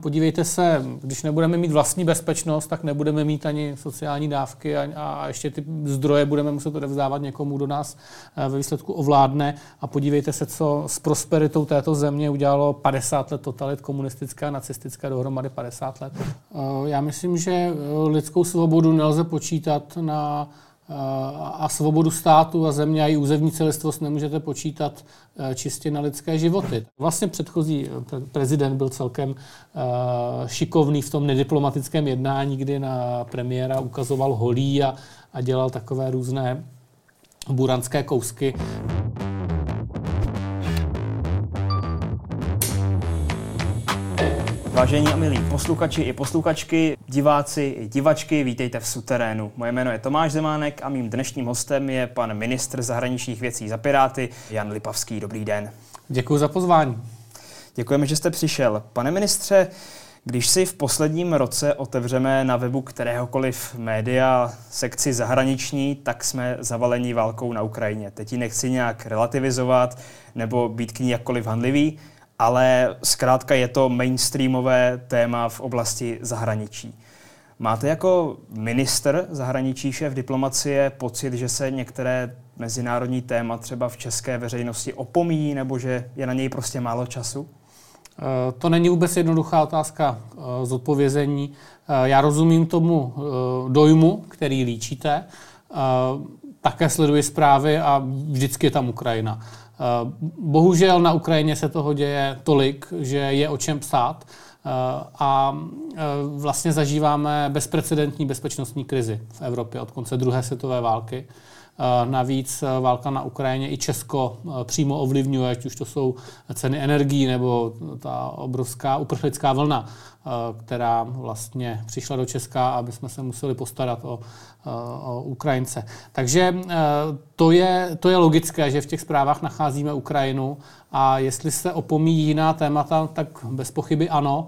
Podívejte se, když nebudeme mít vlastní bezpečnost, tak nebudeme mít ani sociální dávky a ještě ty zdroje budeme muset odevzdávat někomu, kdo nás ve výsledku ovládne. A podívejte se, co s prosperitou této země udělalo 50 let totalit komunistické a nacistické, dohromady 50 let. Já myslím, že lidskou svobodu nelze počítat a svobodu státu a země a její územní celistvost nemůžete počítat čistě na lidské životy. Vlastně předchozí prezident byl celkem šikovný v tom nediplomatickém jednání, kdy na premiéra ukazoval holí a dělal takové různé buranské kousky. Vážení a milí posluchači i posluchačky, diváci i divačky, vítejte v Suterénu. Moje jméno je Tomáš Zemánek a mým dnešním hostem je pan ministr zahraničních věcí za Piráty Jan Lipavský. Dobrý den. Děkuji za pozvání. Děkujeme, že jste přišel. Pane ministře, když si v posledním roce otevřeme na webu kteréhokoliv média sekci zahraniční, tak jsme zavaleni válkou na Ukrajině. Teď ji nechci nějak relativizovat nebo být k ní jakkoliv hanlivý, ale zkrátka je to mainstreamové téma v oblasti zahraničí. Máte jako ministr zahraničí, šéf diplomacie, pocit, že se některé mezinárodní téma třeba v české veřejnosti opomíjí, nebo že je na něj prostě málo času? To není vůbec jednoduchá otázka zodpovězení. Já rozumím tomu dojmu, který líčíte. Také sleduji zprávy a vždycky je tam Ukrajina. Bohužel na Ukrajině se toho děje tolik, že je o čem psát a vlastně zažíváme bezprecedentní bezpečnostní krizi v Evropě od konce druhé světové války. Navíc válka na Ukrajině i Česko přímo ovlivňuje, ať už to jsou ceny energií nebo ta obrovská uprchlická vlna, která vlastně přišla do Česka, aby jsme se museli postarat o Ukrajince. Takže to je logické, že v těch zprávách nacházíme Ukrajinu a jestli se opomíjí jiná témata, tak bez pochyby ano.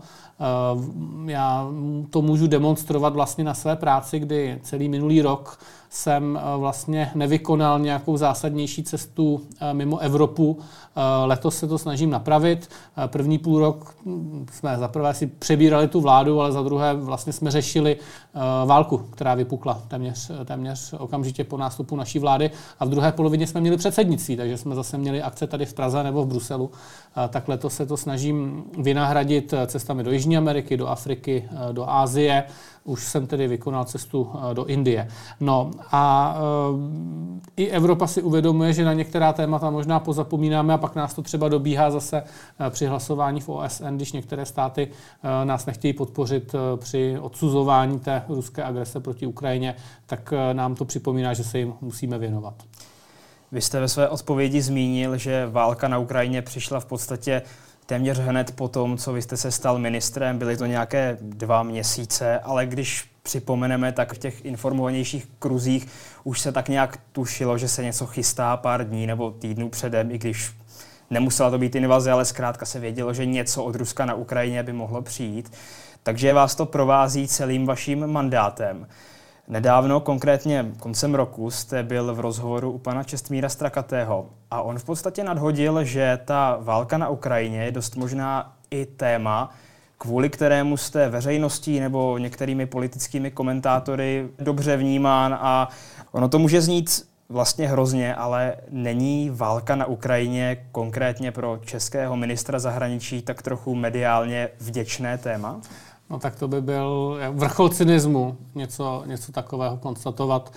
Já to můžu demonstrovat vlastně na své práci, kdy celý minulý rok jsem vlastně nevykonal nějakou zásadnější cestu mimo Evropu. Letos se to snažím napravit. První půl rok jsme zaprvé si přebírali tu vládu, ale za druhé vlastně jsme řešili válku, která vypukla téměř okamžitě po nástupu naší vlády. A v druhé polovině jsme měli předsednictví, takže jsme zase měli akce tady v Praze nebo v Bruselu. Tak letos se to snažím vynahradit cestami do Jižní Ameriky, do Afriky, do Asie. Už jsem tedy vykonal cestu do Indie. No a i Evropa si uvědomuje, že na některá témata možná pozapomínáme a pak nás to třeba dobíhá zase při hlasování v OSN, když některé státy nás nechtějí podpořit při odsuzování té ruské agrese proti Ukrajině, tak nám to připomíná, že se jim musíme věnovat. Vy jste ve své odpovědi zmínil, že válka na Ukrajině přišla v podstatě téměř hned po tom, co vy jste se stal ministrem. Byly to nějaké 2 měsíce, ale když připomeneme, tak v těch informovanějších kruzích už se tak nějak tušilo, že se něco chystá pár dní nebo týdnů předem, i když nemusela to být invaze, ale zkrátka se vědělo, že něco od Ruska na Ukrajině by mohlo přijít. Takže vás to provází celým vaším mandátem. Nedávno, konkrétně koncem roku, jste byl v rozhovoru u pana Čestmíra Strakatého a on v podstatě nadhodil, že ta válka na Ukrajině je dost možná i téma, kvůli kterému jste veřejností nebo některými politickými komentátory dobře vnímán a ono to může znít vlastně hrozně, ale není válka na Ukrajině konkrétně pro českého ministra zahraničí tak trochu mediálně vděčné téma? No tak to by byl vrchol cynismu něco takového konstatovat.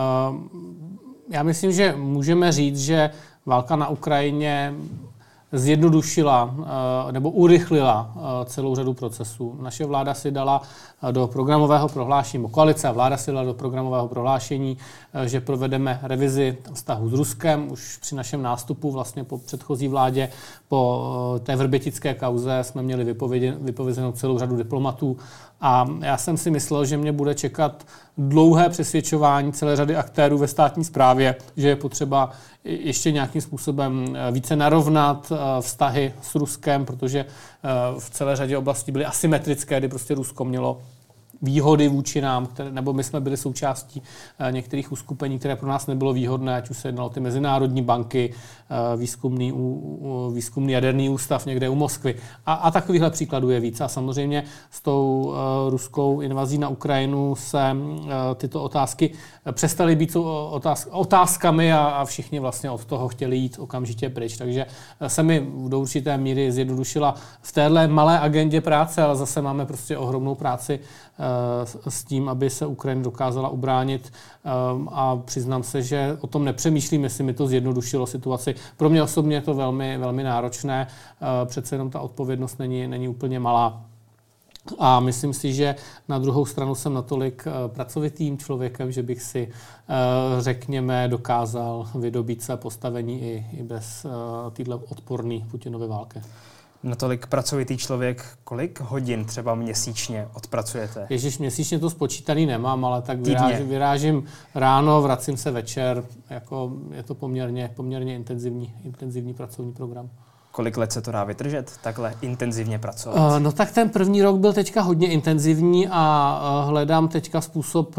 Já myslím, že můžeme říct, že válka na Ukrajině zjednodušila nebo urychlila celou řadu procesů. Naše vláda si dala do programového prohlášení, koalice a vláda si dala do programového prohlášení, že provedeme revizi vztahu s Ruskem. Už při našem nástupu vlastně po předchozí vládě, po té vrbětické kauze jsme měli vypovězenou celou řadu diplomatů a já jsem si myslel, že mě bude čekat dlouhé přesvědčování celé řady aktérů ve státní správě, že je potřeba ještě nějakým způsobem více narovnat vztahy s Ruskem, protože v celé řadě oblastí byly asymetrické, kdy prostě Rusko mělo výhody vůči nám, nebo my jsme byli součástí některých uskupení, které pro nás nebylo výhodné, ať už se jednalo ty mezinárodní banky, výzkumný jaderný ústav někde u Moskvy. A takovýchhle příkladů je víc. A samozřejmě s tou ruskou invazí na Ukrajinu se tyto otázky přestaly být otázkami a všichni vlastně od toho chtěli jít okamžitě pryč. Takže se mi do určité míry zjednodušila v téhle malé agendě práce, ale zase máme prostě ohromnou práci s tím, aby se Ukrajina dokázala ubránit a přiznám se, že o tom nepřemýšlím, jestli mi to zjednodušilo situaci. Pro mě osobně je to velmi, velmi náročné, přece jenom ta odpovědnost není úplně malá. A myslím si, že na druhou stranu jsem natolik pracovitým člověkem, že bych si, řekněme, dokázal vydobít své postavení i bez téhle odporné Putinovy války. Natolik pracovitý člověk, kolik hodin třeba měsíčně odpracujete? Ježiš, měsíčně to spočítaný nemám, ale tak vyrážím ráno, vracím se večer. Jako je to poměrně intenzivní pracovní program. Kolik let se to dá vydržet, takhle intenzivně pracovat? No tak ten první rok byl teďka hodně intenzivní a hledám teďka způsob,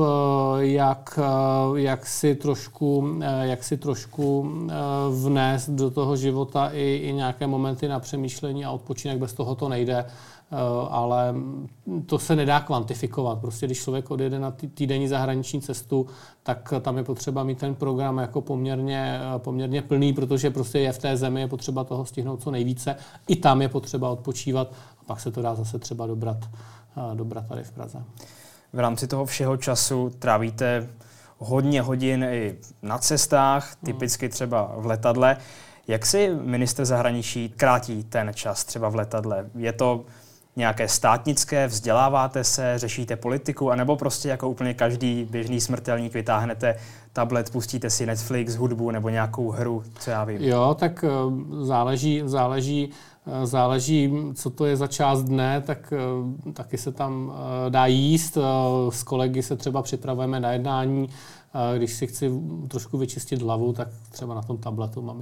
jak si trošku vnést do toho života i nějaké momenty na přemýšlení a odpočinek. Bez toho to nejde. Ale to se nedá kvantifikovat. Prostě když člověk odjede na týdenní zahraniční cestu, tak tam je potřeba mít ten program jako poměrně plný, protože prostě je v té zemi, je potřeba toho stihnout co nejvíce. I tam je potřeba odpočívat a pak se to dá zase třeba dobrat tady v Praze. V rámci toho všeho času trávíte hodně hodin i na cestách, typicky třeba v letadle. Jak si ministr zahraničí krátí ten čas třeba v letadle? Je to nějaké státnické, vzděláváte se, řešíte politiku, anebo prostě jako úplně každý běžný smrtelník vytáhnete tablet, pustíte si Netflix, hudbu nebo nějakou hru, co já vím? Jo, tak záleží, co to je za část dne, tak taky se tam dá jíst. S kolegy se třeba připravujeme na jednání. Když si chci trošku vyčistit hlavu, tak třeba na tom tabletu máme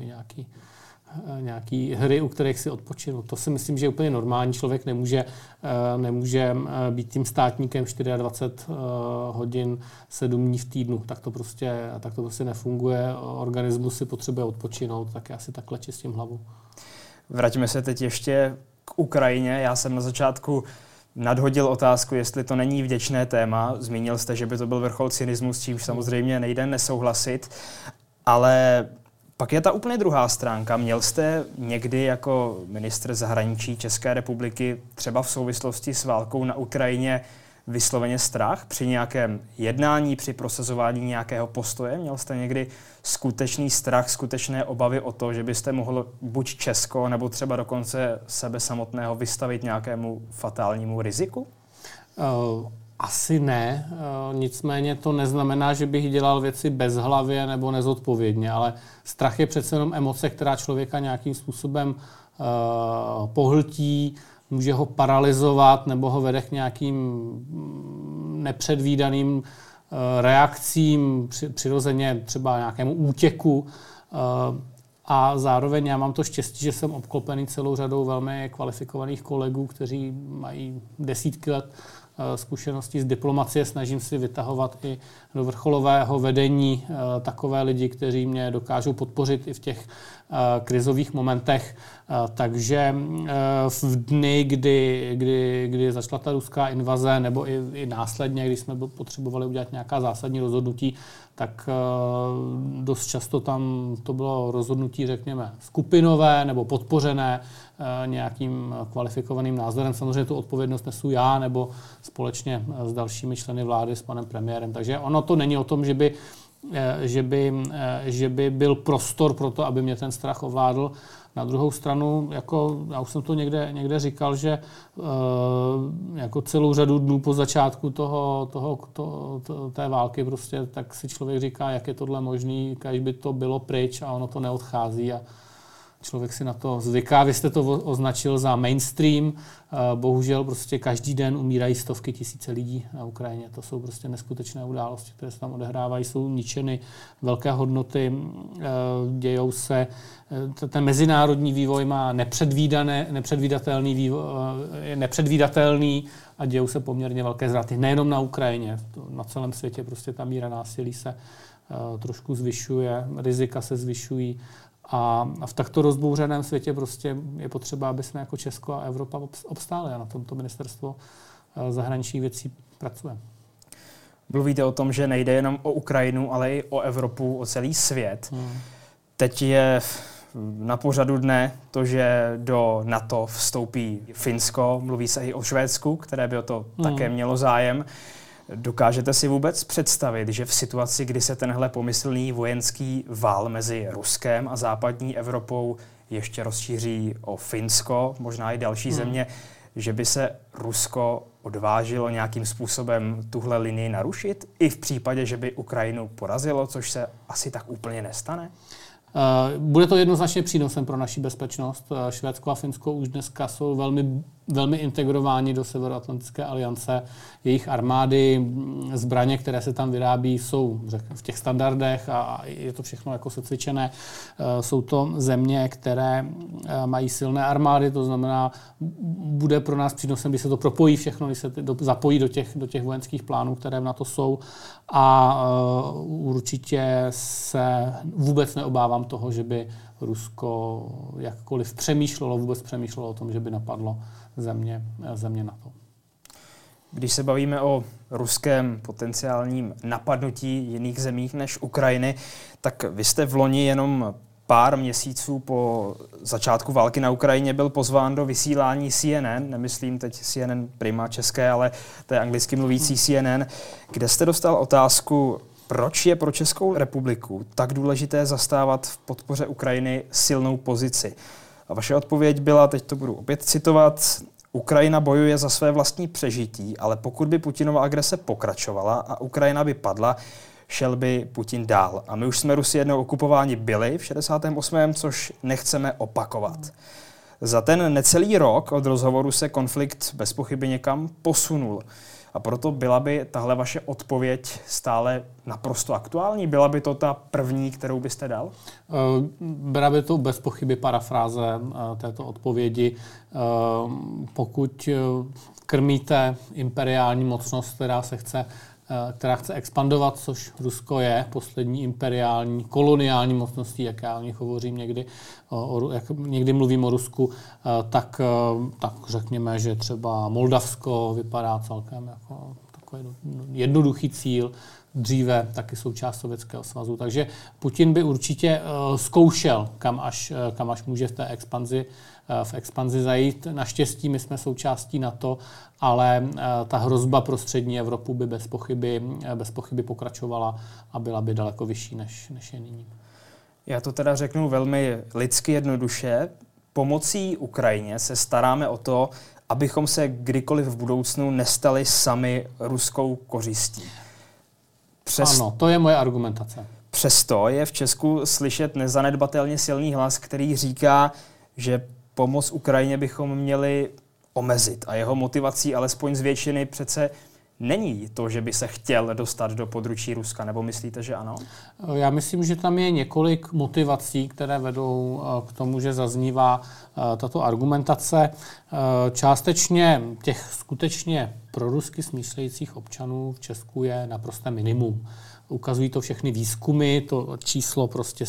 nějaký hry, u kterých si odpočinu. To si myslím, že je úplně normální. Člověk nemůže být tím státníkem 24 hodin 7 dní v týdnu. Tak to prostě nefunguje. Organismus si potřebuje odpočinout, tak já si takhle čistím hlavu. Vraťme se teď ještě k Ukrajině. Já jsem na začátku nadhodil otázku, jestli to není vděčné téma. Zmínil jste, že by to byl vrchol cynismu, s čímž samozřejmě nejde nesouhlasit, ale pak je ta úplně druhá stránka. Měl jste někdy jako ministr zahraničí České republiky třeba v souvislosti s válkou na Ukrajině vysloveně strach při nějakém jednání, při prosazování nějakého postoje? Měl jste někdy skutečný strach, skutečné obavy o to, že byste mohl buď Česko, nebo třeba dokonce sebe samotného vystavit nějakému fatálnímu riziku? Asi ne, nicméně to neznamená, že bych dělal věci bezhlavě nebo nezodpovědně, ale strach je přece jenom emoce, která člověka nějakým způsobem pohltí, může ho paralyzovat nebo ho vede k nějakým nepředvídaným reakcím, přirozeně třeba nějakému útěku. A zároveň já mám to štěstí, že jsem obklopený celou řadou velmi kvalifikovaných kolegů, kteří mají desítky let zkušeností z diplomacie. Snažím si vytahovat i do vrcholového vedení takové lidi, kteří mě dokážou podpořit i v těch krizových momentech. Takže v dny, kdy začala ta ruská invaze, nebo i následně, když jsme potřebovali udělat nějaká zásadní rozhodnutí, tak dost často tam to bylo rozhodnutí, řekněme, skupinové nebo podpořené nějakým kvalifikovaným názorem. Samozřejmě tu odpovědnost nesu já nebo společně s dalšími členy vlády, s panem premiérem. Takže ono to není o tom, že by byl prostor pro to, aby mě ten strach ovládl. Na druhou stranu, jako já už jsem to někde říkal, že jako celou řadu dnů po začátku té války prostě, tak si člověk říká, jak je tohle možný, když by to bylo pryč a ono to neodchází. člověk si na to zvyká. Vy jste to označil za mainstream. Bohužel prostě každý den umírají stovky tisíce lidí na Ukrajině. To jsou prostě neskutečné události, které se tam odehrávají. Jsou ničeny velké hodnoty, dějou se. Ten mezinárodní vývoj má nepředvídatelný a dějou se poměrně velké ztráty. Nejenom na Ukrajině, na celém světě prostě ta míra násilí se trošku zvyšuje, rizika se zvyšují. A v takto rozbouřeném světě prostě je potřeba, aby jsme jako Česko a Evropa obstáli a na tomto ministerstvo zahraničních věcí pracuje. Mluvíte o tom, že nejde jenom o Ukrajinu, ale i o Evropu, o celý svět. Teď je na pořadu dne to, že do NATO vstoupí Finsko, mluví se i o Švédsku, které by o to také mělo zájem. Dokážete si vůbec představit, že v situaci, kdy se tenhle pomyslný vojenský vál mezi Ruskem a západní Evropou ještě rozšíří o Finsko, možná i další země, že by se Rusko odvážilo nějakým způsobem tuhle linii narušit? I v případě, že by Ukrajinu porazilo, což se asi tak úplně nestane? Bude to jednoznačně přínosem pro naši bezpečnost. Švédsko a Finsko už dneska jsou velmi integrováni do Severoatlantické aliance. Jejich armády, zbraně, které se tam vyrábí, jsou v těch standardech a je to všechno jako secvičené. Jsou to země, které mají silné armády, to znamená, bude pro nás přínosem, když se to propojí všechno, když se zapojí do těch vojenských plánů, které na to jsou. A určitě se vůbec neobávám toho, že by Rusko jakkoliv vůbec přemýšlelo o tom, že by napadlo země NATO. Když se bavíme o ruském potenciálním napadnutí jiných zemí než Ukrajiny, tak vy jste v loni jenom pár měsíců po začátku války na Ukrajině byl pozván do vysílání CNN, nemyslím teď CNN Prima české, ale to je anglicky mluvící CNN, kde jste dostal otázku, proč je pro Českou republiku tak důležité zastávat v podpoře Ukrajiny silnou pozici. A vaše odpověď byla, teď to budu opět citovat, Ukrajina bojuje za své vlastní přežití, ale pokud by Putinova agrese pokračovala a Ukrajina by padla, šel by Putin dál. A my už jsme Rusy jednou okupováni byli v 68., což nechceme opakovat. Za ten necelý rok od rozhovoru se konflikt bez pochyby někam posunul. A proto byla by tahle vaše odpověď stále naprosto aktuální? Byla by to ta první, kterou byste dal? Byla by to bez pochyby parafráze této odpovědi. Pokud krmíte imperiální mocnost, která chce expandovat, což Rusko je, poslední imperiální, koloniální mocností, jak já o nich hovořím někdy, jak někdy mluvím o Rusku, tak řekněme, že třeba Moldavsko vypadá celkem jako takový jednoduchý cíl, dříve taky součást Sovětského svazu. Takže Putin by určitě zkoušel, kam až může v expanzi zajít. Naštěstí my jsme součástí NATO, ale ta hrozba pro střední Evropu by bez pochyby pokračovala a byla by daleko vyšší, než je nyní. Já to teda řeknu velmi lidsky jednoduše. Pomocí Ukrajině se staráme o to, abychom se kdykoliv v budoucnu nestali sami ruskou kořistí. Ano, to je moje argumentace. Přesto je v Česku slyšet nezanedbatelně silný hlas, který říká, že pomoc Ukrajině bychom měli omezit a jeho motivací alespoň z většiny přece není to, že by se chtěl dostat do područí Ruska, nebo myslíte, že ano? Já myslím, že tam je několik motivací, které vedou k tomu, že zaznívá tato argumentace. Částečně těch skutečně prorusky smýšlejících občanů v Česku je naprosté minimum. Ukazují to všechny výzkumy, to číslo prostě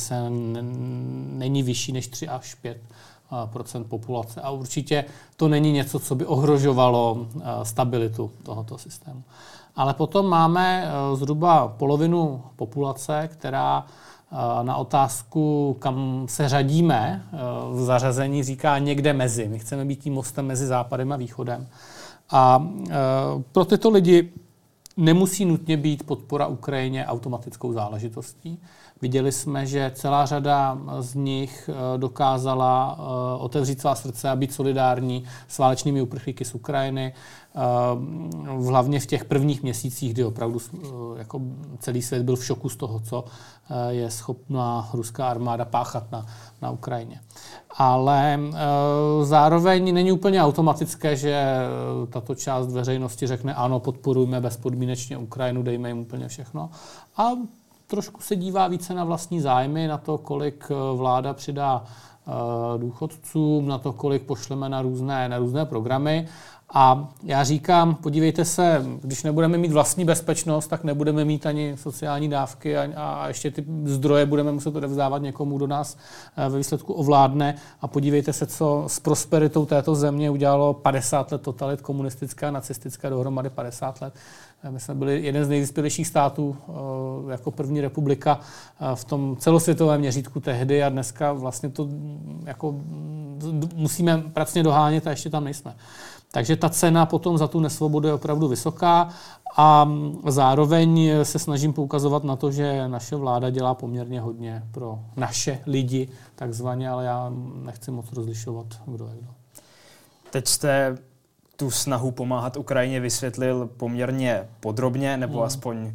není vyšší než 3 až 5% populace. A určitě to není něco, co by ohrožovalo stabilitu tohoto systému. Ale potom máme zhruba polovinu populace, která na otázku, kam se řadíme v zařazení, říká někde mezi. My chceme být tím mostem mezi Západem a Východem. A pro tyto lidi nemusí nutně být podpora Ukrajině automatickou záležitostí. Viděli jsme, že celá řada z nich dokázala otevřít svá srdce a být solidární s válečnými uprchlíky z Ukrajiny, hlavně v těch prvních měsících, kdy opravdu jako celý svět byl v šoku z toho, co je schopná ruská armáda páchat na Ukrajině. Ale zároveň není úplně automatické, že tato část veřejnosti řekne ano, podporujme bezpodmínečně Ukrajinu, dejme jim úplně všechno. A trošku se dívá více na vlastní zájmy, na to, kolik vláda přidá důchodcům, na to, kolik pošleme na různé programy. A já říkám, podívejte se, když nebudeme mít vlastní bezpečnost, tak nebudeme mít ani sociální dávky a ještě ty zdroje budeme muset odevzdávat někomu, kdo nás ve výsledku ovládne. A podívejte se, co s prosperitou této země udělalo 50 let totalit komunistická a nacistická, dohromady 50 let. My jsme byli jeden z nejvyspělejších států jako první republika v tom celosvětovém měřítku tehdy a dneska vlastně to jako musíme pracně dohánět a ještě tam nejsme. Takže ta cena potom za tu nesvobodu je opravdu vysoká a zároveň se snažím poukazovat na to, že naše vláda dělá poměrně hodně pro naše lidi, takzvaně, ale já nechci moc rozlišovat, kdo je kdo. Teď jste tu snahu pomáhat Ukrajině vysvětlil poměrně podrobně, nebo aspoň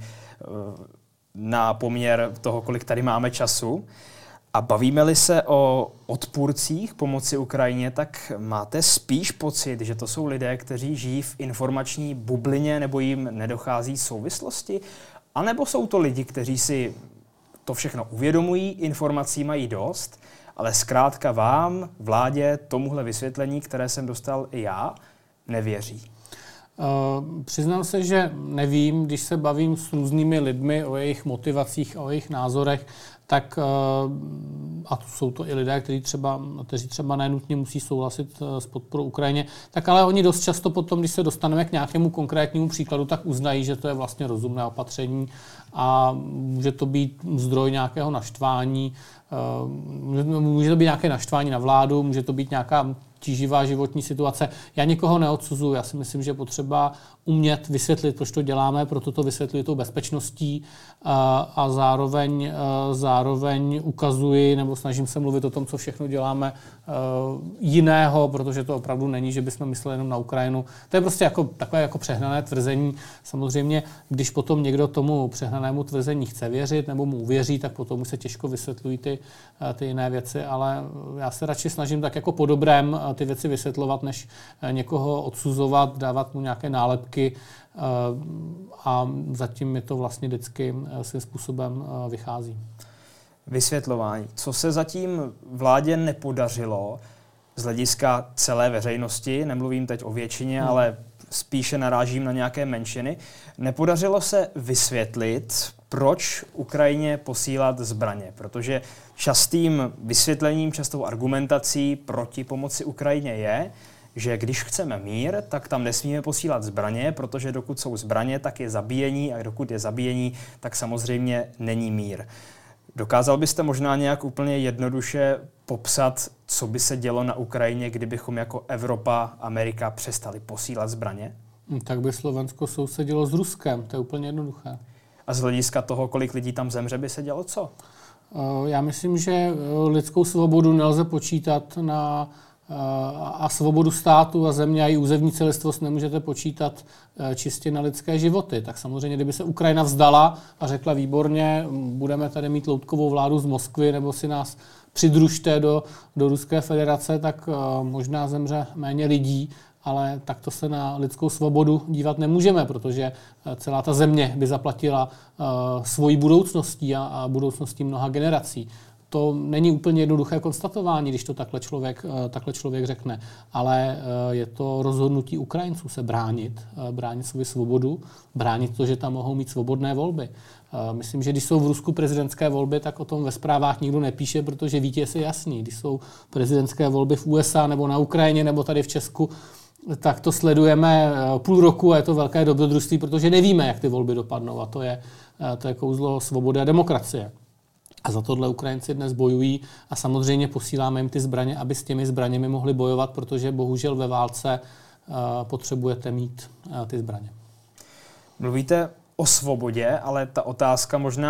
na poměr toho, kolik tady máme času. A bavíme-li se o odpůrcích pomoci Ukrajině, tak máte spíš pocit, že to jsou lidé, kteří žijí v informační bublině nebo jim nedochází souvislosti? A nebo jsou to lidi, kteří si to všechno uvědomují, informací mají dost, ale zkrátka vám, vládě, tomuhle vysvětlení, které jsem dostal i já, nevěří? Přiznám se, že nevím, když se bavím s různými lidmi o jejich motivacích a o jejich názorech, tak a jsou to i lidé, kteří třeba nenutně musí souhlasit s podporou Ukrajině, tak ale oni dost často potom, když se dostaneme k nějakému konkrétnímu příkladu, tak uznají, že to je vlastně rozumné opatření a může to být zdroj nějakého naštvání, může to být nějaké naštvání na vládu, může to být nějaká tíživá životní situace. Já nikoho neodsuzuji, já si myslím, že je potřeba umět vysvětlit, proč to děláme, proto to vysvětluji tou bezpečností a zároveň ukazuji nebo snažím se mluvit o tom, co všechno děláme jiného, protože to opravdu není, že bychom mysleli jenom na Ukrajinu. To je prostě takové jako přehnané tvrzení. Samozřejmě, když potom někdo tomu přehnanému tvrzení chce věřit nebo mu uvěří, tak potom už se těžko vysvětlují ty jiné věci, ale já se radši snažím tak jako po dobrém ty věci vysvětlovat, než někoho odsuzovat, dávat mu nějaké nálepky a zatím mi to vlastně vždycky svým způsobem vychází. Vysvětlování. Co se zatím vládě nepodařilo z hlediska celé veřejnosti, nemluvím teď o většině, ale spíše narážím na nějaké menšiny, nepodařilo se vysvětlit, proč Ukrajině posílat zbraně, protože častým vysvětlením, častou argumentací proti pomoci Ukrajině je, že když chceme mír, tak tam nesmíme posílat zbraně, protože dokud jsou zbraně, tak je zabíjení a dokud je zabíjení, tak samozřejmě není mír. Dokázal byste možná nějak úplně jednoduše popsat, co by se dělo na Ukrajině, kdybychom jako Evropa, Amerika přestali posílat zbraně? Tak by Slovensko sousedilo s Ruskem, to je úplně jednoduché. A z hlediska toho, kolik lidí tam zemře, by se dělo co? Já myslím, že lidskou svobodu nelze počítat a svobodu státu a země a její územní celistvost nemůžete počítat čistě na lidské životy. Tak samozřejmě, kdyby se Ukrajina vzdala a řekla výborně, budeme tady mít loutkovou vládu z Moskvy nebo si nás přidružte do Ruské federace, tak možná zemře méně lidí, ale takto se na lidskou svobodu dívat nemůžeme, protože celá ta země by zaplatila svojí budoucností a budoucností mnoha generací. To není úplně jednoduché konstatování, když to takhle člověk řekne, ale je to rozhodnutí Ukrajinců se bránit svou svobodu, bránit to, že tam mohou mít svobodné volby. Myslím, že když jsou v Rusku prezidentské volby, tak o tom ve zprávách nikdo nepíše, protože vítěz je jasný. Když jsou prezidentské volby v USA nebo na Ukrajině nebo tady v Česku, tak to sledujeme půl roku a je to velké dobrodružství, protože nevíme, jak ty volby dopadnou a to je kouzlo svobody a demokracie. A za tohle Ukrajinci dnes bojují a samozřejmě posíláme jim ty zbraně, aby s těmi zbraněmi mohli bojovat, protože bohužel ve válce potřebujete mít ty zbraně. Mluvíte o svobodě, ale ta otázka možná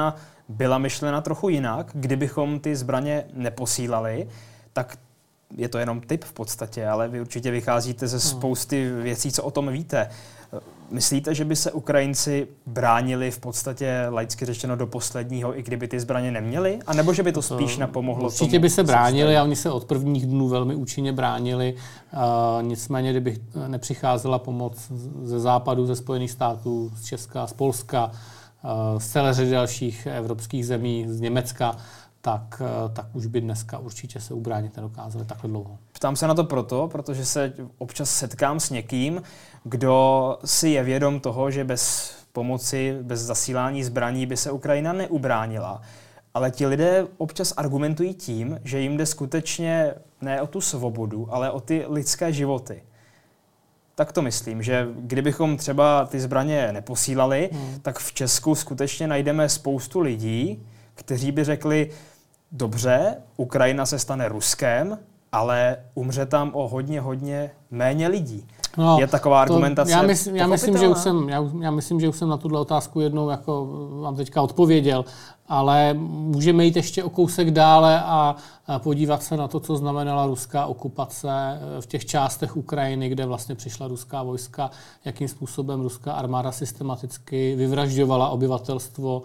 byla myšlena trochu jinak, kdybychom ty zbraně neposílali, tak je to jenom tip v podstatě, ale vy určitě vycházíte ze spousty věcí, co o tom víte. Myslíte, že by se Ukrajinci bránili v podstatě, laicky řečeno, do posledního, i kdyby ty zbraně neměli? A nebo že by to spíš napomohlo určitě tomu? By se bránili a oni se od prvních dnů velmi účinně bránili. Nicméně, kdyby nepřicházela pomoc ze západu, ze Spojených států, z Česka, z Polska, z celé řady dalších evropských zemí, z Německa, tak už by dneska určitě se ubránit nedokázali takhle dlouho. Ptám se na to protože se občas setkám s někým, kdo si je vědom toho, že bez pomoci, bez zasílání zbraní by se Ukrajina neubránila. Ale ti lidé občas argumentují tím, že jim jde skutečně ne o tu svobodu, ale o ty lidské životy. Tak to myslím, že kdybychom třeba ty zbraně neposílali, tak v Česku skutečně najdeme spoustu lidí, kteří by řekli, dobře, Ukrajina se stane Ruskem, ale umře tam o hodně méně lidí. No, je taková argumentace já myslím, že už jsem na tuhle otázku jednou jako vám teďka odpověděl, ale můžeme jít ještě o kousek dále a podívat se na to, co znamenala ruská okupace v těch částech Ukrajiny, kde vlastně přišla ruská vojska, jakým způsobem ruská armáda systematicky vyvražďovala obyvatelstvo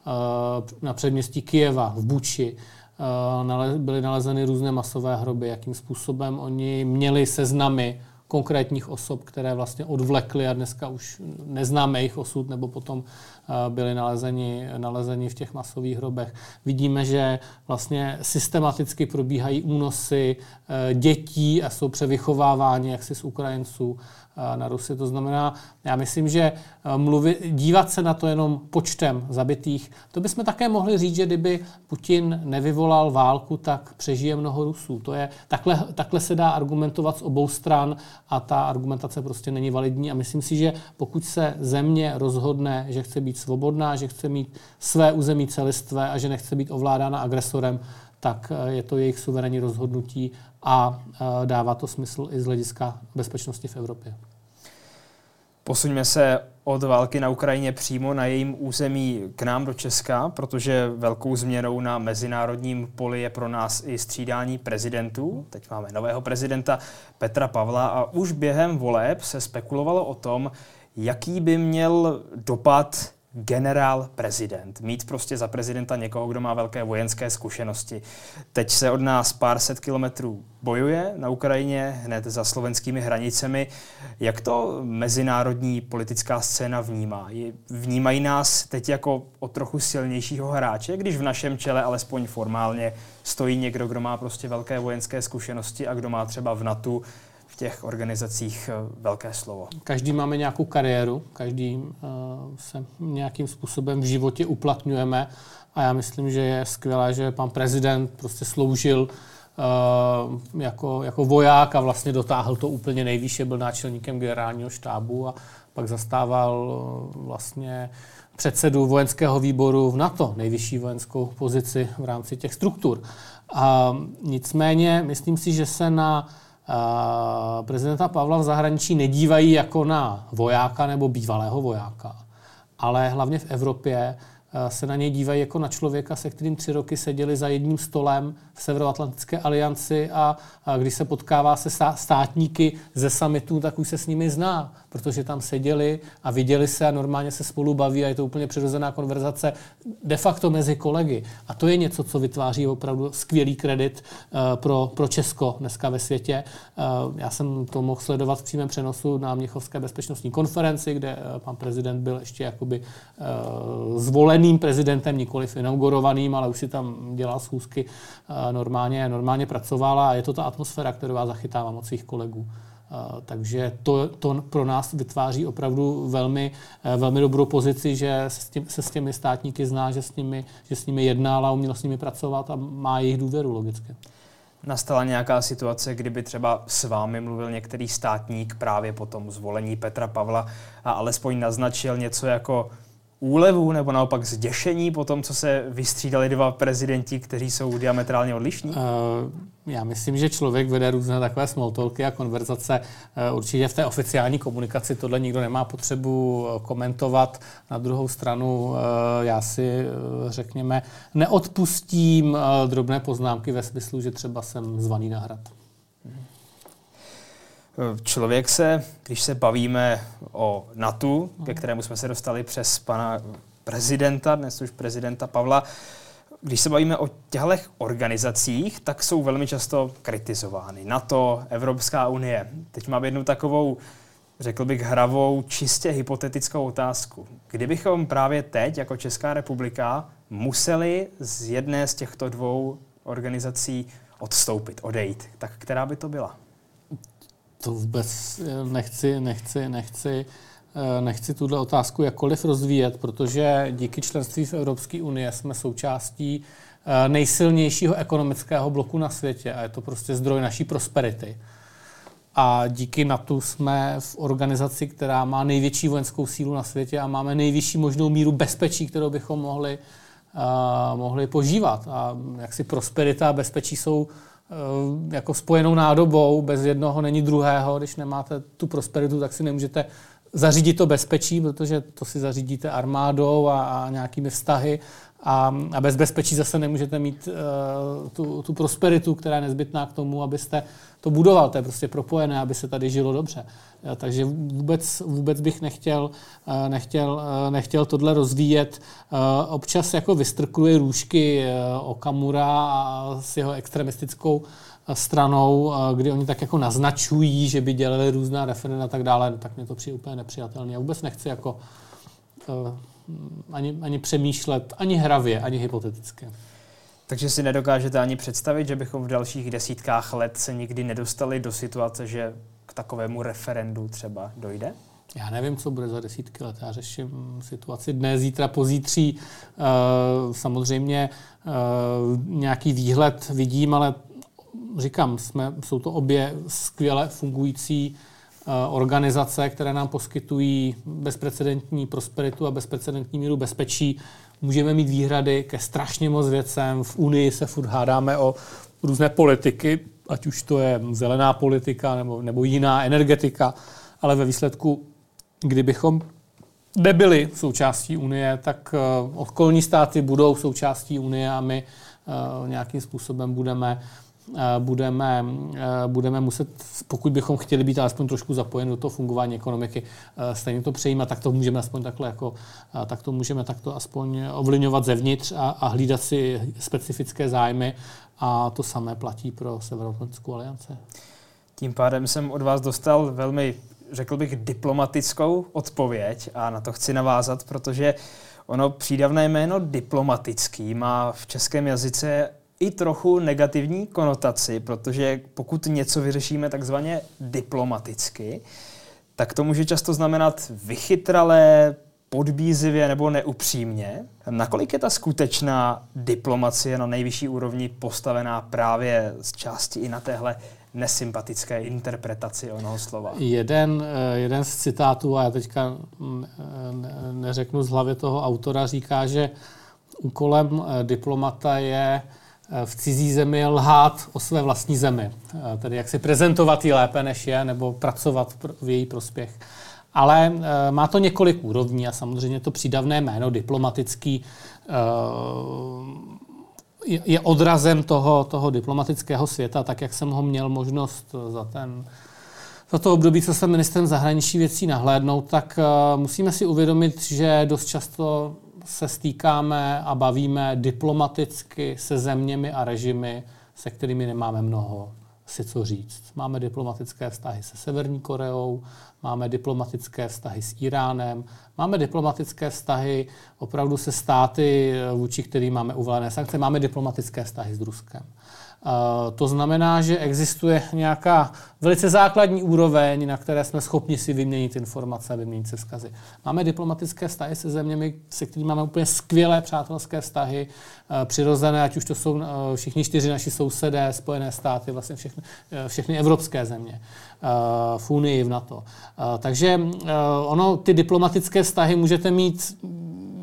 na předměstí Kyjeva, v Buči. Byly nalezeny různé masové hroby, jakým způsobem oni měli seznamy konkrétních osob, které vlastně odvlekly a dneska už neznáme jejich osud, nebo potom byli nalezeni v těch masových hrobech. Vidíme, že vlastně systematicky probíhají únosy dětí a jsou převychováváni jaksi z Ukrajinců na Rusy. To znamená, já myslím, že dívat se na to jenom počtem zabitých, to bychom také mohli říct, že kdyby Putin nevyvolal válku, tak přežije mnoho Rusů. To je, takhle se dá argumentovat z obou stran a ta argumentace prostě není validní a myslím si, že pokud se země rozhodne, že chce být svobodná, že chce mít své území celistvé a že nechce být ovládána agresorem, tak je to jejich suverénní rozhodnutí a dává to smysl i z hlediska bezpečnosti v Evropě. Posuňme se od války na Ukrajině přímo na jejím území k nám do Česka, protože velkou změnou na mezinárodním poli je pro nás i střídání prezidentů. Teď máme nového prezidenta Petra Pavla a už během voleb se spekulovalo o tom, jaký by měl dopad generál-prezident. Mít prostě za prezidenta někoho, kdo má velké vojenské zkušenosti. Teď se od nás pár set kilometrů bojuje na Ukrajině, hned za slovenskými hranicemi. Jak to mezinárodní politická scéna vnímá? Vnímají nás teď jako o trochu silnějšího hráče, když v našem čele, alespoň formálně, stojí někdo, kdo má prostě velké vojenské zkušenosti a kdo má třeba v NATO, v těch organizacích velké slovo. Každý máme nějakou kariéru, každý se nějakým způsobem v životě uplatňujeme a já myslím, že je skvělé, že pan prezident prostě sloužil jako voják a vlastně dotáhl to úplně nejvýše, byl náčelníkem generálního štábu a pak zastával vlastně předsedu vojenského výboru v NATO, nejvyšší vojenskou pozici v rámci těch struktur. Nicméně myslím si, že se na prezidenta Pavla v zahraničí nedívají jako na vojáka nebo bývalého vojáka, ale hlavně v Evropě se na něj dívají jako na člověka, se kterým 3 roky seděli za jedním stolem v Severoatlantické alianci a když se potkává se státníky ze summitu, tak už se s nimi zná, protože tam seděli a viděli se a normálně se spolu baví a je to úplně přirozená konverzace de facto mezi kolegy. A to je něco, co vytváří opravdu skvělý kredit pro Česko dneska ve světě. Já jsem to mohl sledovat v přímém přenosu na Mnichovské bezpečnostní konferenci, kde pan prezident byl ještě jakoby zvoleným prezidentem, nikoliv inaugurovaným, ale už si tam dělal schůzky, normálně pracovala a je to ta atmosféra, kterou já zachytávám od svých kolegů. Takže to pro nás vytváří opravdu velmi dobrou pozici, že se s těmi státníky zná, že s nimi jednal a uměl s nimi pracovat a má jejich důvěru logicky. Nastala nějaká situace, kdyby třeba s vámi mluvil některý státník právě po tom zvolení Petra Pavla a alespoň naznačil něco jako úlevu nebo naopak zděšení po tom, co se vystřídali dva prezidenti, kteří jsou diametrálně odlišní? Já myslím, že člověk vede různé takové smalltalky a konverzace. Určitě v té oficiální komunikaci tohle nikdo nemá potřebu komentovat. Na druhou stranu já si, řekněme, neodpustím drobné poznámky ve smyslu, že třeba jsem zvaný na hrad. Člověk se, když se bavíme o NATO, ke kterému jsme se dostali přes pana prezidenta, dnes už prezidenta Pavla, když se bavíme o těchto organizacích, tak jsou velmi často kritizovány. NATO, Evropská unie. Teď mám jednu takovou, řekl bych, hravou, čistě hypotetickou otázku. Kdybychom právě teď, jako Česká republika, museli z jedné z těchto dvou organizací odstoupit, odejít, tak která by to byla? To vůbec nechci tuhle otázku jakkoliv rozvíjet, protože díky členství v Evropské unii jsme součástí nejsilnějšího ekonomického bloku na světě a je to prostě zdroj naší prosperity. A díky NATO jsme v organizaci, která má největší vojenskou sílu na světě a máme nejvyšší možnou míru bezpečí, kterou bychom mohli požívat. A jaksi prosperita a bezpečí jsou jako spojenou nádobou, bez jednoho není druhého. Když nemáte tu prosperitu, tak si nemůžete zařídit to bezpečí, protože to si zařídíte armádou a nějakými vztahy a bez bezpečí zase nemůžete mít tu prosperitu, která je nezbytná k tomu, abyste to budoval. To je prostě propojené, aby se tady žilo dobře. Takže vůbec bych nechtěl tohle rozvíjet. Občas jako vystrkuje růžky Okamura s jeho extremistickou stranou, kdy oni tak jako naznačují, že by dělali různá referenda a tak dále, tak mě to přijde úplně nepřijatelné. Já vůbec nechci jako ani přemýšlet, ani hravě, ani hypoteticky. Takže si nedokážete ani představit, že bychom v dalších desítkách let se nikdy nedostali do situace, že k takovému referendu třeba dojde? Já nevím, co bude za desítky let. Já řeším situaci dnes, zítra, pozítří. Samozřejmě nějaký výhled vidím, ale říkám, jsou to obě skvěle fungující organizace, které nám poskytují bezprecedentní prosperitu a bezprecedentní míru bezpečí. Můžeme mít výhrady ke strašně moc věcem. V Unii se furt hádáme o různé politiky, ať už to je zelená politika nebo jiná energetika, ale ve výsledku, kdybychom nebyli součástí Unie, tak okolní státy budou součástí Unie a my nějakým způsobem budeme muset, pokud bychom chtěli být alespoň trošku zapojeni do toho fungování ekonomiky, stejně to přejímat, tak to můžeme aspoň takhle tak to můžeme takto aspoň ovlivňovat zevnitř a hlídat si specifické zájmy a to samé platí pro Severoatlantickou alianci. Tím pádem jsem od vás dostal velmi, řekl bych, diplomatickou odpověď a na to chci navázat, protože ono přídavné jméno diplomatický má v českém jazyce i trochu negativní konotaci, protože pokud něco vyřešíme takzvaně diplomaticky, tak to může často znamenat vychytralé, podbízivě nebo neupřímně. Nakolik je ta skutečná diplomacie na nejvyšší úrovni postavená právě z části i na téhle nesympatické interpretaci onoho slova? Jeden z citátů, a já teďka neřeknu z hlavy toho autora, říká, že úkolem diplomata je v cizí zemi lhát o své vlastní zemi. Tedy jak si prezentovat ji lépe, než je, nebo pracovat v její prospěch. Ale má to několik úrovní a samozřejmě to přídavné jméno diplomatický je odrazem toho diplomatického světa, tak jak jsem ho měl možnost za to období, co jsem ministrem zahraničí věcí nahlédnout, tak musíme si uvědomit, že dost často se stýkáme a bavíme diplomaticky se zeměmi a režimy, se kterými nemáme mnoho si co říct. Máme diplomatické vztahy se Severní Koreou, máme diplomatické vztahy s Iránem, máme diplomatické vztahy opravdu se státy, vůči kterým máme uvalené sankce, máme diplomatické vztahy s Ruskem. To znamená, že existuje nějaká velice základní úroveň, na které jsme schopni si vyměnit informace a vyměnit si vzkazy. Máme diplomatické vztahy se zeměmi, se kterými máme úplně skvělé přátelské vztahy, přirozené, ať už to jsou všichni 4 naši sousedé, Spojené státy, vlastně všechny evropské země v Unii, v NATO. Takže ty diplomatické vztahy můžete mít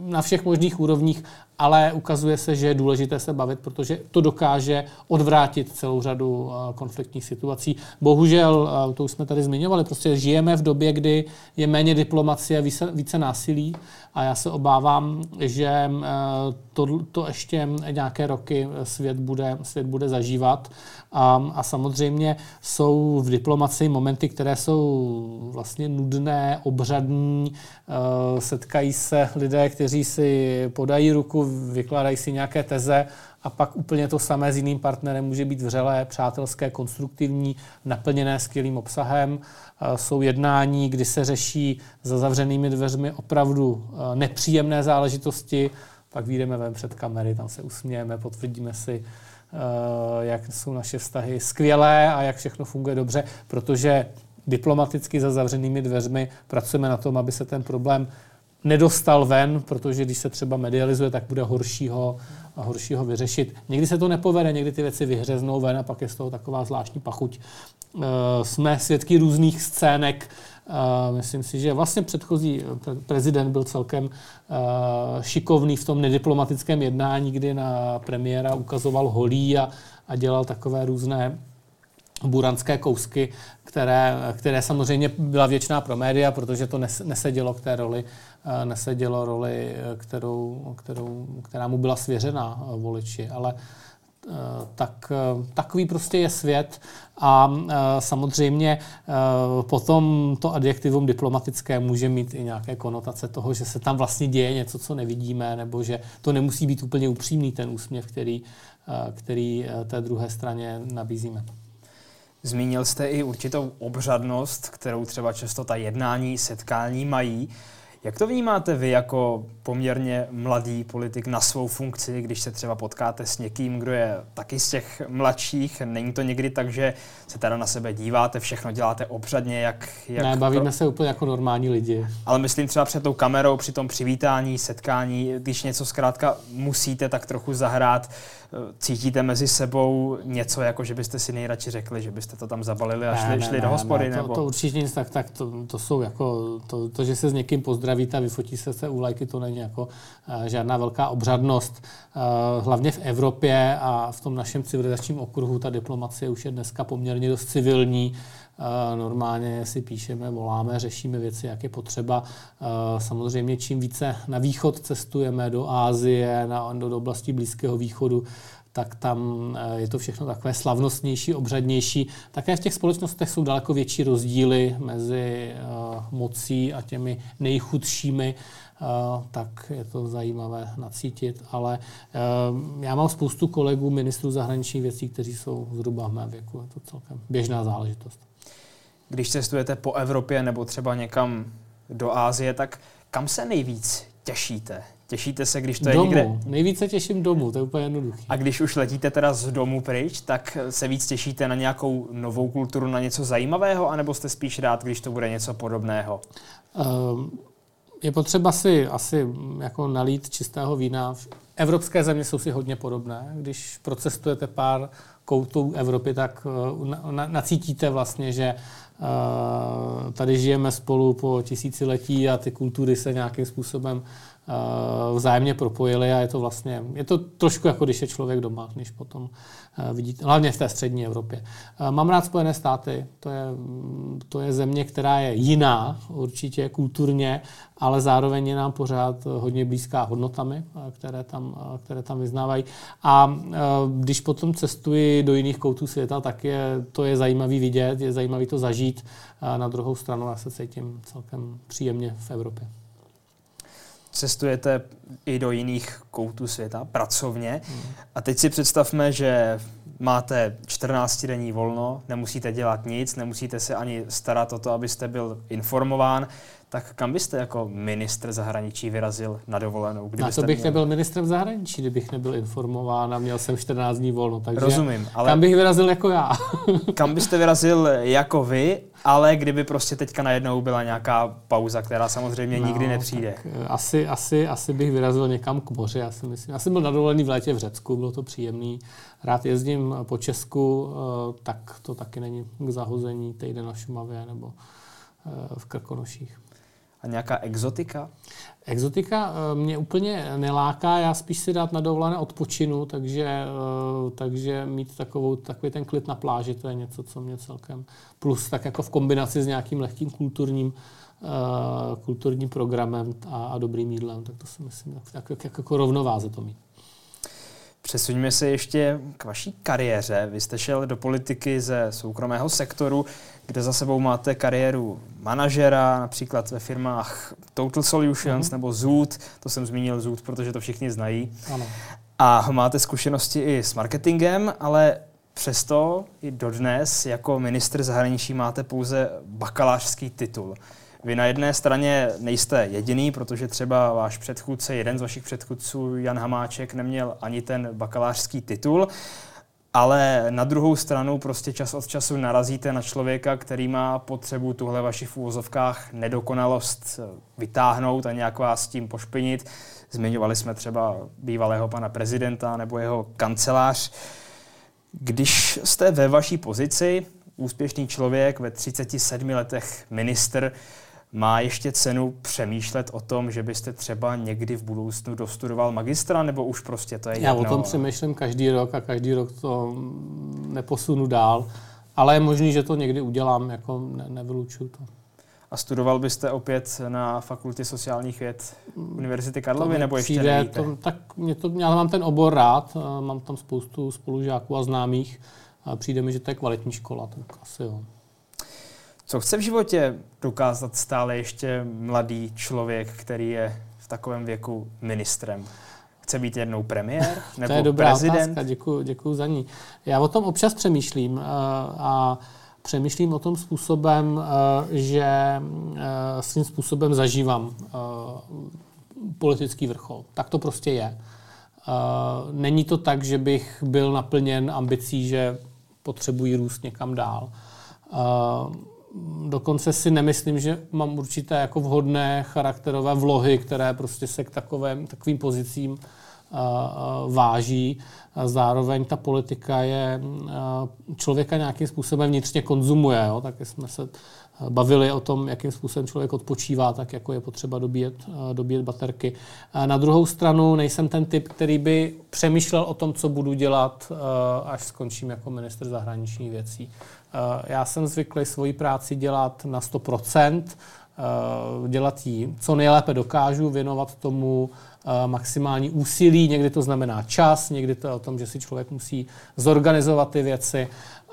na všech možných úrovních, ale ukazuje se, že je důležité se bavit, protože to dokáže odvrátit celou řadu konfliktních situací. Bohužel, to už jsme tady zmiňovali, prostě žijeme v době, kdy je méně diplomacie, více násilí a já se obávám, že to ještě nějaké roky svět bude zažívat. A samozřejmě jsou v diplomacii momenty, které jsou vlastně nudné, obřadní, setkají se lidé, kteří si podají ruku, vykládají si nějaké teze a pak úplně to samé s jiným partnerem může být vřelé, přátelské, konstruktivní, naplněné skvělým obsahem. Jsou jednání, kdy se řeší za zavřenými dveřmi opravdu nepříjemné záležitosti, pak vyjdeme ven před kamery, tam se usmějeme, potvrdíme si, jak jsou naše vztahy skvělé a jak všechno funguje dobře, protože diplomaticky za zavřenými dveřmi pracujeme na tom, aby se ten problém nedostal ven, protože když se třeba medializuje, tak bude horšího vyřešit. Někdy se to nepovede, někdy ty věci vyhřeznou ven a pak je z toho taková zvláštní pachuť. Jsme svědky různých scének. Myslím si, že vlastně předchozí prezident byl celkem šikovný v tom nediplomatickém jednání, kdy na premiéra ukazoval holí a dělal takové různé buranské kousky, které samozřejmě byla věčná pro média, protože to nesedělo k té roli, která mu byla svěřena voliči, ale takový prostě je svět a samozřejmě potom to adjektivum diplomatické může mít i nějaké konotace toho, že se tam vlastně děje něco, co nevidíme, nebo že to nemusí být úplně upřímný ten úsměv, který té druhé straně nabízíme. Zmínil jste i určitou obřadnost, kterou třeba často ta jednání, setkání mají. Jak to vnímáte vy jako poměrně mladý politik na svou funkci, když se třeba potkáte s někým, kdo je taky z těch mladších? Není to někdy tak, že se teda na sebe díváte, všechno děláte obřadně, jak ne, bavíme se úplně jako normální lidi. Ale myslím třeba před tou kamerou, při tom přivítání, setkání, když něco zkrátka musíte tak trochu zahrát, cítíte mezi sebou něco, jako že byste si nejradši řekli, že byste to tam zabalili a šli do hospody? Nebo? To určitě nic, tak to jsou jako, to, že se s někým pozdravíte a vyfotí se u lajky, to není jako žádná velká obřadnost. Hlavně v Evropě a v tom našem civilizačním okruhu ta diplomacie už je dneska poměrně dost civilní. Normálně si píšeme, voláme, řešíme věci, jak je potřeba. Samozřejmě čím více na východ cestujeme, do Asie, do oblasti Blízkého východu, tak tam je to všechno takové slavnostnější, obřadnější. Také v těch společnostech jsou daleko větší rozdíly mezi mocí a těmi nejchudšími, tak je to zajímavé nacítit. Ale já mám spoustu kolegů, ministrů zahraničních věcí, kteří jsou zhruba v mém věku. Je to celkem běžná záležitost. Když cestujete po Evropě nebo třeba někam do Asie, tak kam se nejvíc těšíte? Těšíte se, když to je někde? Nejvíc se těším domů, to je úplně jednoduché. A když už letíte teda z domu pryč, tak se víc těšíte na nějakou novou kulturu, na něco zajímavého, anebo jste spíš rád, když to bude něco podobného? Je potřeba si asi jako nalít čistého vína. Evropské země jsou si hodně podobné. Když procestujete pár koutů Evropy, tak nacítíte vlastně, že tady žijeme spolu po tisíciletí a ty kultury se nějakým způsobem vzájemně propojily a je to trošku jako když je člověk doma, když potom vidíte, hlavně v té střední Evropě. Mám rád Spojené státy, to je země, která je jiná určitě kulturně, ale zároveň je nám pořád hodně blízká hodnotami, které tam vyznávají. A když potom cestuji do jiných koutů světa, tak to je zajímavý vidět, je zajímavý to zažít. Na druhou stranu já se cítím celkem příjemně v Evropě. Cestujete i do jiných koutů světa pracovně. A teď si představme, že máte 14denní volno, nemusíte dělat nic, nemusíte se ani starat o to, abyste byl informován. Tak kam byste jako ministr zahraničí vyrazil na dovolenou? To bych nebyl ministrem zahraničí, kdybych nebyl informován a měl jsem 14 dní volno. Takže rozumím, ale kam bych vyrazil jako já? Kam byste vyrazil jako vy, ale kdyby prostě teďka najednou byla nějaká pauza, která samozřejmě nikdy nepřijde? Asi bych vyrazil někam k moři, já si myslím. Já jsem byl na dovolený v létě v Řecku, bylo to příjemný. Rád jezdím po Česku, tak to taky není k zahození týden na Šumavě nebo v Krkonoších. A nějaká exotika? Exotika mě úplně neláká, já spíš si dát na dovolené odpočinu, takže mít takový ten klid na pláži, to je něco, co mě celkem... Plus tak jako v kombinaci s nějakým lehkým kulturním programem a dobrým jídlem, tak to si myslím, jako rovnováze to mít. Přesuňme se ještě k vaší kariéře. Vy jste šel do politiky ze soukromého sektoru, kde za sebou máte kariéru manažera, například ve firmách Total Solutions nebo Zoot. To jsem zmínil Zoot, protože to všichni znají. Ano. A máte zkušenosti i s marketingem, ale přesto i dodnes jako ministr zahraničí máte pouze bakalářský titul. Vy na jedné straně nejste jediný, protože třeba váš předchůdce, jeden z vašich předchůdců, Jan Hamáček, neměl ani ten bakalářský titul, ale na druhou stranu prostě čas od času narazíte na člověka, který má potřebu tuhle vaši v úvozovkách nedokonalost vytáhnout a nějak vás s tím pošpinit. Zmiňovali jsme třeba bývalého pana prezidenta nebo jeho kancelář. Když jste ve vaší pozici, úspěšný člověk ve 37 letech ministr, má ještě cenu přemýšlet o tom, že byste třeba někdy v budoucnu dostudoval magistra, nebo už prostě to je jedno? Já o tom přemýšlím každý rok a každý rok to neposunu dál, ale je možný, že to někdy udělám, jako nevylučuju to. A studoval byste opět na Fakultě sociálních věd Univerzity Karlovy, nebo ještě nevíte? Já mám ten obor rád, mám tam spoustu spolužáků a známých a přijde mi, že to je kvalitní škola, tak asi jo. Co chce v životě dokázat stále ještě mladý člověk, který je v takovém věku ministrem? Chce být jednou premiér nebo to je dobrá prezident? Otázka, děkuju za ní. Já o tom občas přemýšlím a přemýšlím o tom způsobem, že svým způsobem zažívám politický vrchol. Tak to prostě je. Není to tak, že bych byl naplněn ambicí, že potřebuji růst někam dál. Dokonce si nemyslím, že mám určité jako vhodné charakterové vlohy, které prostě se k takovým pozicím váží. Zároveň ta politika je člověka nějakým způsobem vnitřně konzumuje. Jo? Tak jsme se bavili o tom, jakým způsobem člověk odpočívá, tak jako je potřeba dobíjet baterky. Na druhou stranu nejsem ten typ, který by přemýšlel o tom, co budu dělat, až skončím jako ministr zahraničních věcí. Já jsem zvyklý svoji práci dělat na 100%, dělat ji co nejlépe dokážu, věnovat tomu maximální úsilí, někdy to znamená čas, někdy to je o tom, že si člověk musí zorganizovat ty věci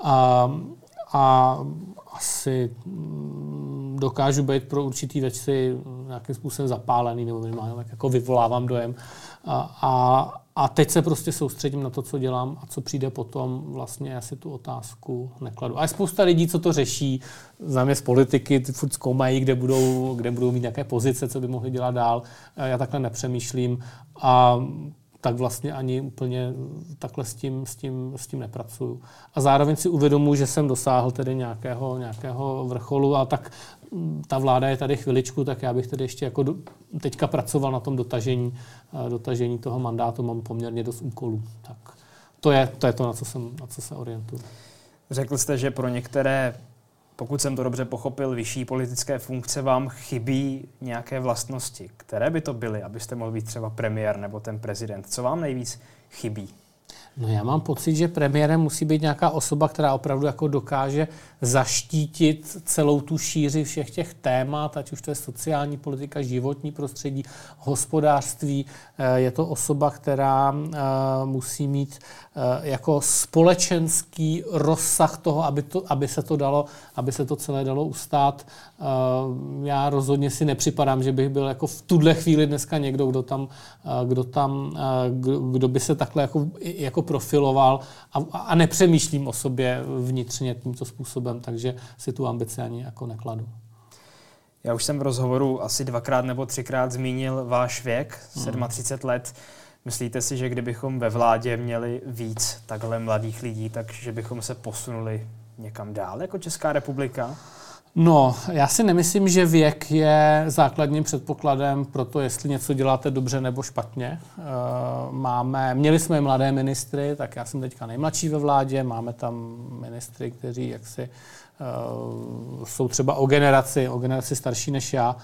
a asi dokážu být pro určitý věci nějakým způsobem zapálený, nebo minimálně tak jako vyvolávám dojem. A teď se prostě soustředím na to, co dělám a co přijde potom, vlastně já si tu otázku nekladu. A je spousta lidí, co to řeší, znám z politiky, ty furt zkoumají, kde budou mít nějaké pozice, co by mohli dělat dál. Já takhle nepřemýšlím a tak vlastně ani úplně takhle s tím nepracuju. A zároveň si uvědomuji, že jsem dosáhl tedy nějakého vrcholu a tak ta vláda je tady chviličku, tak já bych tedy ještě jako teďka pracoval na tom dotažení toho mandátu, mám poměrně dost úkolů. Tak to je to, na co se orientuju. Řekl jste, že pro některé, pokud jsem to dobře pochopil, vyšší politické funkce vám chybí nějaké vlastnosti. Které by to byly, abyste mohl být třeba premiér nebo ten prezident? Co vám nejvíc chybí? No já mám pocit, že premiérem musí být nějaká osoba, která opravdu jako dokáže zaštítit celou tu šíři všech těch témat, ať už to je sociální politika, životní prostředí, hospodářství. Je to osoba, která musí mít jako společenský rozsah toho, aby se to celé dalo ustát. Já rozhodně si nepřipadám, že bych byl jako v tuhle chvíli dneska někdo, kdo by se takhle jako profiloval a nepřemýšlím o sobě vnitřně tímto způsobem, takže si tu ambici ani jako nekladu. Já už jsem v rozhovoru asi 2x nebo 3x zmínil váš věk, 37 let. Myslíte si, že kdybychom ve vládě měli víc takhle mladých lidí, takže bychom se posunuli někam dál jako Česká republika? No, já si nemyslím, že věk je základním předpokladem pro to, jestli něco děláte dobře nebo špatně. Měli jsme mladé ministry, tak já jsem teďka nejmladší ve vládě, máme tam ministry, kteří jaksi jsou třeba o generaci starší než já.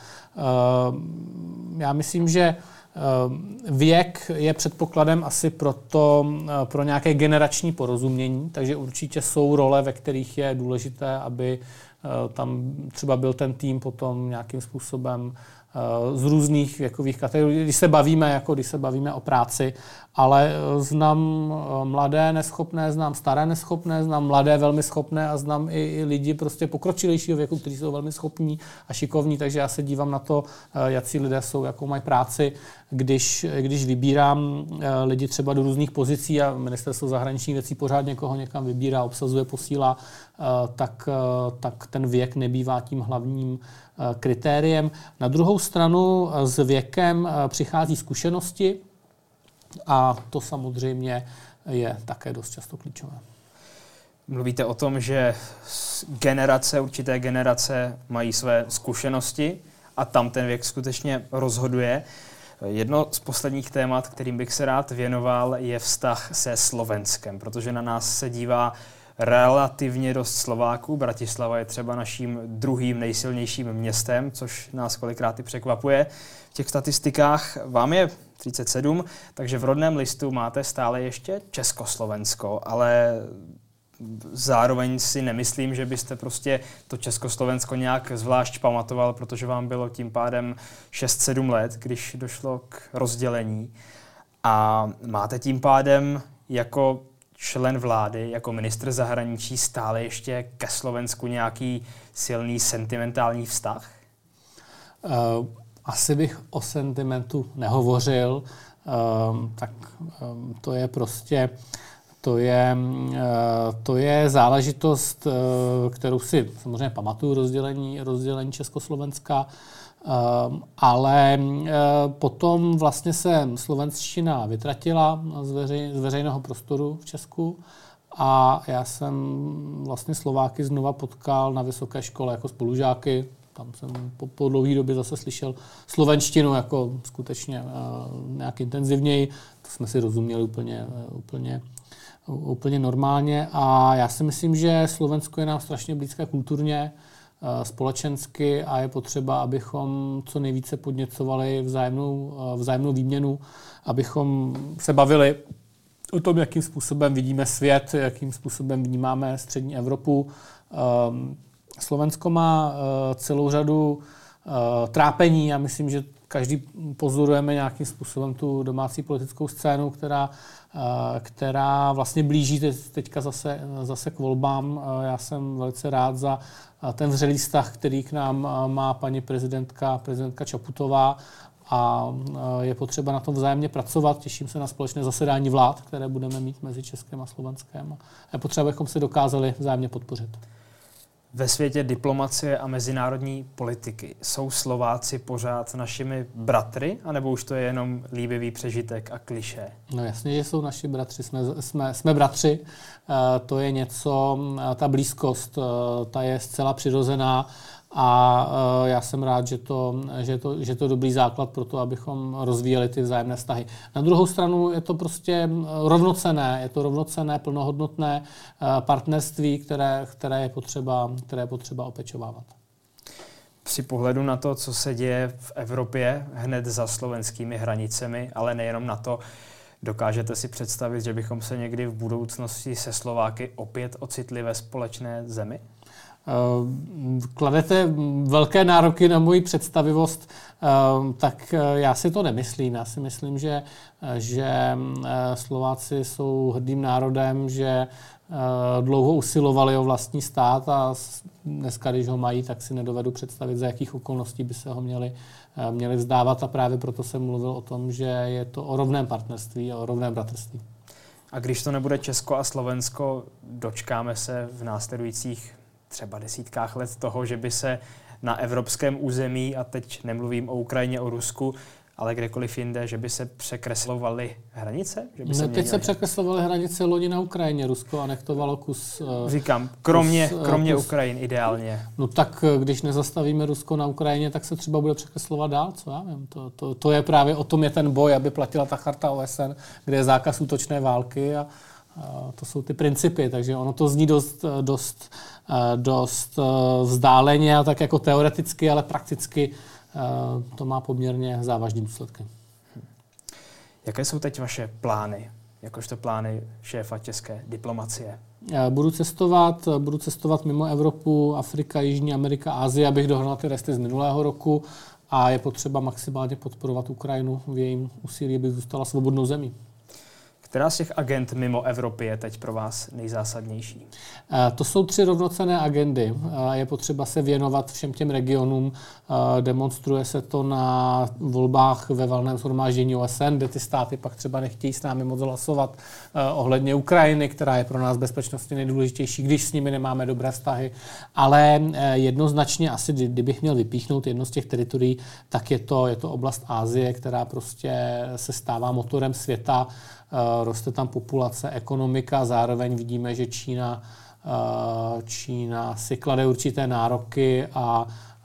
Já myslím, že věk je předpokladem asi pro nějaké generační porozumění, takže určitě jsou role, ve kterých je důležité, aby tam třeba byl ten tým potom nějakým způsobem z různých věkových kategorií, když se bavíme o práci, ale znám mladé neschopné, znám staré neschopné, znám mladé velmi schopné a znám i lidi prostě pokročilejšího věku, kteří jsou velmi schopní a šikovní, takže já se dívám na to, jací lidé jsou, jakou mají práci, když vybírám lidi třeba do různých pozicí a ministerstvo zahraničních věcí pořád někoho někam vybírá, obsazuje, posílá, tak ten věk nebývá tím hlavním kritériem. Na druhou stranu s věkem přichází zkušenosti a to samozřejmě je také dost často klíčové. Mluvíte o tom, že určité generace mají své zkušenosti a tam ten věk skutečně rozhoduje. Jedno z posledních témat, kterým bych se rád věnoval, je vztah se Slovenskem, protože na nás se dívá relativně dost Slováků. Bratislava je třeba naším druhým nejsilnějším městem, což nás kolikrát i překvapuje v těch statistikách. Vám je 37, takže v rodném listu máte stále ještě Československo, ale zároveň si nemyslím, že byste prostě to Československo nějak zvlášť pamatoval, protože vám bylo tím pádem 6-7 let, když došlo k rozdělení. A máte tím pádem jako člen vlády, jako ministr zahraničí stále ještě ke Slovensku nějaký silný sentimentální vztah? Asi bych o sentimentu nehovořil. To je prostě to je záležitost, kterou si samozřejmě pamatuju, rozdělení Československa, ale potom vlastně se slovenština vytratila z veřejného prostoru v Česku a já jsem vlastně Slováky znova potkal na vysoké škole jako spolužáky. Tam jsem po dlouhé době zase slyšel slovenštinu jako skutečně nějak intenzivněji. To jsme si rozuměli úplně normálně a já si myslím, že Slovensko je nám strašně blízké kulturně, společensky a je potřeba, abychom co nejvíce podněcovali vzájemnou výměnu, abychom se bavili o tom, jakým způsobem vidíme svět, jakým způsobem vnímáme střední Evropu. Slovensko má celou řadu trápení. Já myslím, že každý pozorujeme nějakým způsobem tu domácí politickou scénu, která vlastně blíží teďka zase k volbám. Já jsem velice rád za ten vřelý vztah, který k nám má paní prezidentka Čaputová a je potřeba na tom vzájemně pracovat. Těším se na společné zasedání vlád, které budeme mít mezi Českem a Slovenskem. Je potřeba, abychom se dokázali vzájemně podpořit. Ve světě diplomacie a mezinárodní politiky jsou Slováci pořád našimi bratry, anebo už to je jenom líbivý přežitek a klišé? No jasně, že jsou naši bratři, jsme bratři, to je něco, ta blízkost, ta je zcela přirozená a já jsem rád, že je to dobrý základ pro to, abychom rozvíjeli ty vzájemné vztahy. Na druhou stranu je to prostě rovnocenné, plnohodnotné partnerství, které je potřeba opečovávat. Při pohledu na to, co se děje v Evropě hned za slovenskými hranicemi, ale nejenom na to, dokážete si představit, že bychom se někdy v budoucnosti se Slováky opět ocitli ve společné zemi? Kladete velké nároky na moji představivost, tak já si to nemyslím. Já si myslím, že Slováci jsou hrdým národem, že dlouho usilovali o vlastní stát a dneska, když ho mají, tak si nedovedu představit, za jakých okolností by se ho měli vzdávat a právě proto jsem mluvil o tom, že je to o rovném partnerství a o rovném bratrství. A když to nebude Česko a Slovensko, dočkáme se v následujících třeba desítkách let toho, že by se na evropském území, a teď nemluvím o Ukrajině, o Rusku, ale kdekoliv jinde, že by se překreslovaly hranice? Že by se teď se překreslovaly hranice loni na Ukrajině. Rusko anektovalo kus... Říkám, kromě Ukrajiny ideálně. No tak, když nezastavíme Rusko na Ukrajině, tak se třeba bude překreslovat dál, co já vím. To je právě o tom je ten boj, aby platila ta charta OSN, kde je zákaz útočné války a to jsou ty principy, takže ono to zní dost vzdáleně a tak jako teoreticky, ale prakticky to má poměrně závažné důsledky. Jaké jsou teď vaše plány, jakožto plány šéfa české diplomacie? Budu cestovat mimo Evropu, Afrika, Jižní Amerika, Asie, abych dohnal ty resty z minulého roku a je potřeba maximálně podporovat Ukrajinu v jejím úsilí, aby zůstala svobodnou zemí. Která z těch agend mimo Evropy je teď pro vás nejzásadnější? To jsou 3 rovnocenné agendy. Je potřeba se věnovat všem těm regionům. Demonstruje se to na volbách ve valném shromáždění OSN, kde ty státy pak třeba nechtějí s námi moc hlasovat ohledně Ukrajiny, která je pro nás bezpečnostně nejdůležitější, když s nimi nemáme dobré vztahy. Ale jednoznačně asi, kdybych měl vypíchnout jedno z těch teritorií, tak je to oblast Asie, která prostě se stává motorem světa. Roste tam populace, ekonomika, zároveň vidíme, že Čína si klade určité nároky a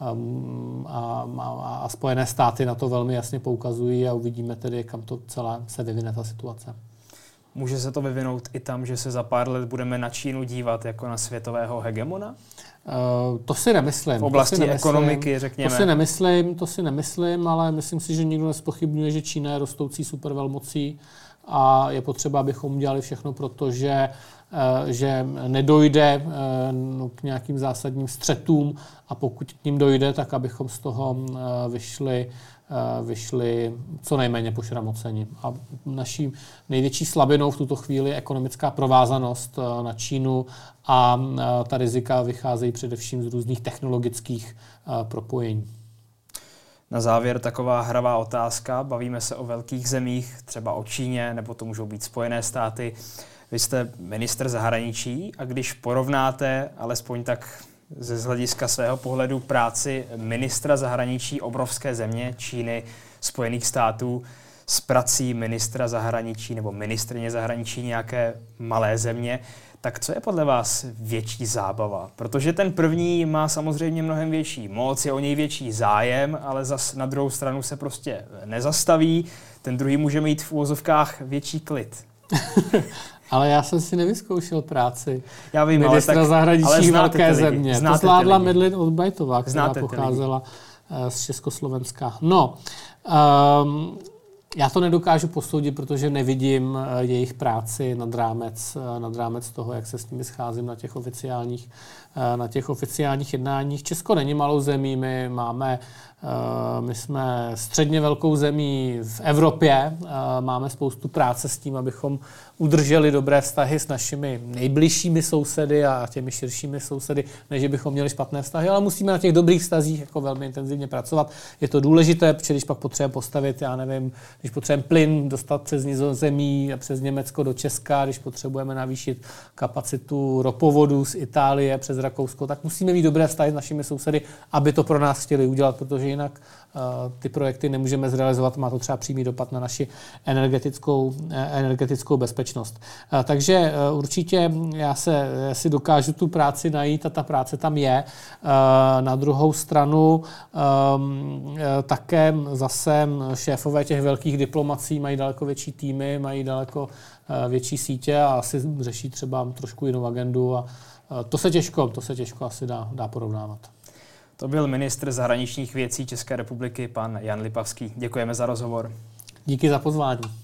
Spojené státy na to velmi jasně poukazují a uvidíme tedy, kam to celé se vyvine ta situace. Může se to vyvinout i tam, že se za pár let budeme na Čínu dívat jako na světového hegemona? To si nemyslím. V oblasti ekonomiky, řekněme. To si nemyslím, ale myslím si, že nikdo nespochybňuje, že Čína je rostoucí supervelmocí a je potřeba, abychom udělali všechno, protože že nedojde k nějakým zásadním střetům a pokud k ním dojde, tak abychom z toho vyšli co nejméně pošramoceni. A naší největší slabinou v tuto chvíli je ekonomická provázanost na Čínu a ta rizika vycházejí především z různých technologických propojení. Na závěr taková hravá otázka. Bavíme se o velkých zemích, třeba o Číně, nebo to můžou být Spojené státy. Vy jste ministr zahraničí a když porovnáte, alespoň tak ze hlediska svého pohledu, práci ministra zahraničí obrovské země, Číny, Spojených států, s prací ministra zahraničí nebo ministryně zahraničí nějaké malé země, tak co je podle vás větší zábava? Protože ten první má samozřejmě mnohem větší moc, je o něj větší zájem, ale zas na druhou stranu se prostě nezastaví. Ten druhý může mít v úvozovkách větší klid. Ale já jsem si nevyzkoušel práci ministra zahraničí velké země. To zvládla Madeleine Albrightová, která pocházela z Československa. No, já to nedokážu posoudit, protože nevidím jejich práci nad rámec toho, jak se s nimi scházím na těch oficiálních jednáních. Česko není malou zemí, my jsme středně velkou zemí v Evropě, máme spoustu práce s tím, abychom udrželi dobré vztahy s našimi nejbližšími sousedy a těmi širšími sousedy, než bychom měli špatné vztahy, ale musíme na těch dobrých vztazích jako velmi intenzivně pracovat. Je to důležité, protože když pak potřebujeme postavit, když potřebujeme plyn dostat přes Nizozemí a přes Německo do Česka, když potřebujeme navýšit kapacitu ropovodu z Itálie přes Rakousko, tak musíme mít dobré vztahy s našimi sousedy, aby to pro nás chtěli udělat, protože jinak ty projekty nemůžeme zrealizovat, má to třeba přímý dopad na naši energetickou bezpečnost. Takže určitě já si dokážu tu práci najít a ta práce tam je. Na druhou stranu také zase šéfové těch velkých diplomací mají daleko větší týmy, mají daleko větší sítě a asi řeší třeba trošku jinou agendu a to se těžko asi dá porovnávat. To byl ministr zahraničních věcí České republiky, pan Jan Lipavský. Děkujeme za rozhovor. Díky za pozvání.